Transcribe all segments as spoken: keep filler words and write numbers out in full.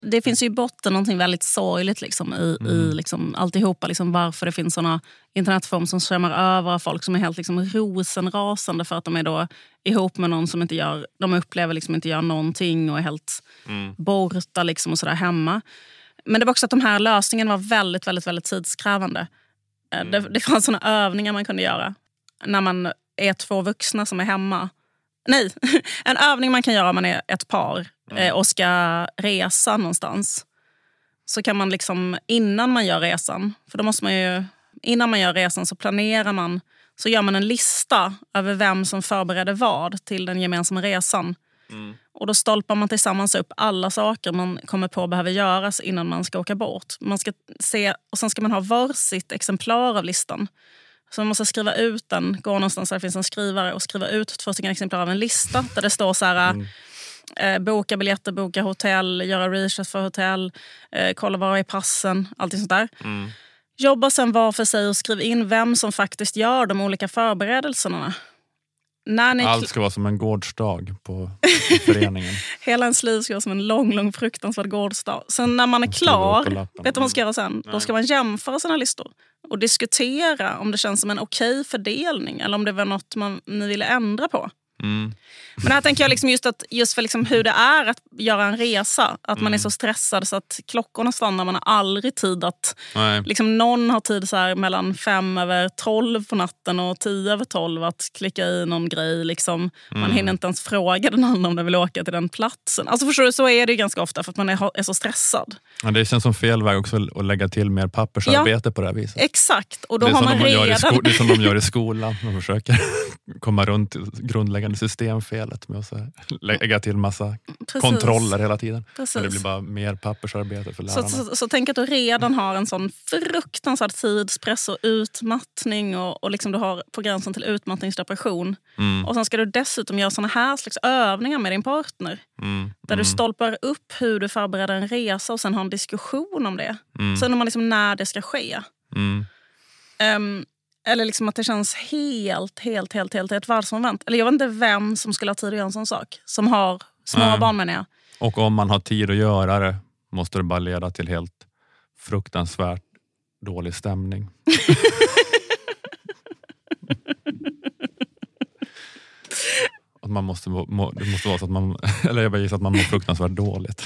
Det finns ju i botten någonting väldigt sorgligt liksom, i, mm. i liksom, alltihopa. Liksom, varför det finns såna internetformer som skämmer över folk som är helt liksom, rosenrasande för att de är då ihop med någon som inte gör, de upplever liksom inte gör någonting och är helt mm. borta liksom, och sådär hemma. Men det var också att de här lösningarna var väldigt, väldigt, väldigt tidskrävande. Mm. Det, det fanns såna övningar man kunde göra när man är två vuxna som är hemma. Nej, en övning man kan göra om man är ett par mm. och ska resa någonstans. Så kan man liksom, innan man gör resan, för då måste man ju, innan man gör resan så planerar man, så gör man en lista över vem som förbereder vad till den gemensamma resan. Mm. Och då stolpar man tillsammans upp alla saker man kommer på behöver göras innan man ska åka bort. Man ska se, och sen ska man ha varsitt exemplar av listan. Så man måste skriva ut den, gå någonstans där det finns en skrivare och skriva ut två stycken exemplar av en lista där det står så här, mm. eh, boka biljetter, boka hotell, göra research för hotell, eh, kolla vad är passen, allting sånt där. Mm. Jobba sen var för sig och skriv in vem som faktiskt gör de olika förberedelserna. När ni... Allt ska vara som en gårdsdag på föreningen. Hela ens liv ska vara som en lång, lång fruktansvärd gårdsdag. Sen när man är klar, vet du vad man ska göra sen? Nej. Då ska man jämföra sina listor och diskutera om det känns som en okej fördelning eller om det var något man, ni ville ändra på. Mm. Men här tänker jag liksom just, att, just för liksom hur det är att göra en resa. Att mm. man är så stressad så att klockorna stannar. Man har aldrig tid att... Liksom någon har tid så här mellan fem över tolv på natten och tio över tolv att klicka i någon grej. Liksom. Man mm. hinner inte ens fråga den andra om den vill åka till den platsen. Alltså förstår du, så är det ju ganska ofta för att man är, är så stressad. Ja, det känns som fel väg också att lägga till mer pappersarbete ja, på det här viset. Exakt. Och då det, är har man de redan... gör i sko- det är som de gör i skolan. De försöker komma runt grundläggande systemfelet med att lägga till massa Precis. kontroller hela tiden. Precis. Men det blir bara mer pappersarbete för lärarna. Så, så, så tänk att du redan har en sån fruktansvärd tidspress och utmattning och, och liksom du har på gränsen till utmattningsdepression. Mm. Och sen ska du dessutom göra såna här slags övningar med din partner. Mm. Där mm. du stolpar upp hur du förbereder en resa och sen har en diskussion om det. Mm. Sen om man liksom när det ska ske. Mm. Um, Eller liksom att det känns helt, helt, helt, helt ett världsomvänt. Eller jag vet inte vem som skulle ha tid att göra en sån sak. Som har små mm. barn, menar jag. Och om man har tid att göra det måste det bara leda till helt fruktansvärt dålig stämning. Att man måste, må, det måste vara så att man... Eller jag bara gissar att man mår fruktansvärt dåligt.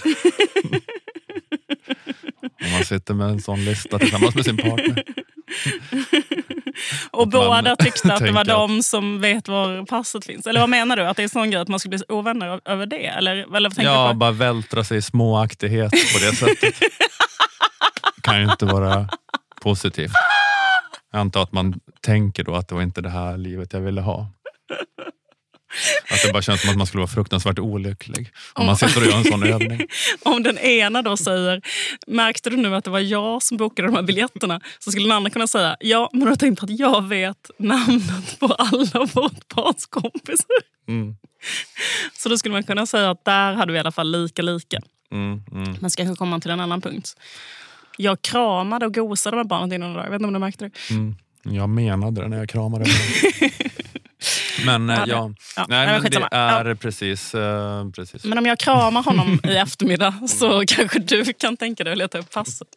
Om man sitter med en sån lista tillsammans med sin partner. Och båda tyckte att det var de som vet var passet finns. Eller vad menar du? Att det är sån grej att man skulle bli ovänner över det? Eller, eller ja, på? bara vältra sig i småaktighet på det sättet. Kan ju inte vara positivt. Jag antar att man tänker då att det var inte det här livet jag ville ha. Att det bara känns som att man skulle vara fruktansvärt olycklig om, om man sitter och gör en sån övning. Om den ena då säger, märkte du nu att det var jag som bokade de här biljetterna, så skulle den andra kunna säga, ja, men du har tänkt på att jag vet namnet på alla vårt barns kompisar. Mm. Så då skulle man kunna säga att där hade vi i alla fall lika lika. Mm, mm. Man ska komma till en annan punkt. Jag kramade och gosade med barnet innan det där. Jag vet inte om du märkte det. Mm. Jag menade det när jag kramade det. Men ja, ja. ja. Nej, men det är ja. precis, uh, precis. Men om jag kramar honom i eftermiddag så kanske du kan tänka dig att leta upp passet.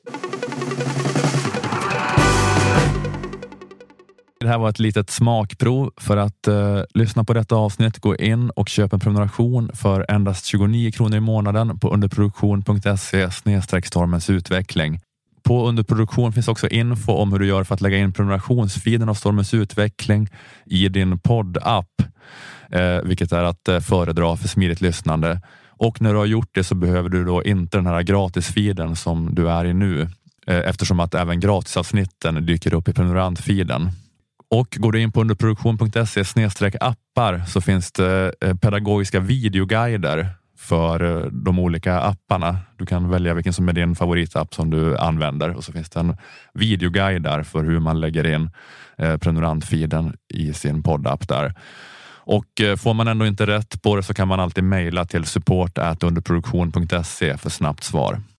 Det här var ett litet smakprov. För att uh, lyssna på detta avsnitt, gå in och köpa en prenumeration för endast tjugonio kronor i månaden på underproduktion punkt se snedstreck stormens utveckling. På Underproduktion finns också info om hur du gör för att lägga in prenumerationsfiden av Stormens utveckling i din poddapp. Eh, vilket är att eh, föredra för smidigt lyssnande. Och när du har gjort det så behöver du då inte den här gratisfiden som du är i nu. Eh, eftersom att även gratisavsnitten dyker upp i prenumerantfiden. Och går du in på underproduktion punkt se snedstreck appar så finns det eh, pedagogiska videoguider för de olika apparna. Du kan välja vilken som är din favoritapp som du använder. Och så finns det en videoguide där för hur man lägger in eh, prenumerantfiden i sin poddapp där. Och eh, får man ändå inte rätt på det så kan man alltid mejla till support at underproduktion punkt se för snabbt svar.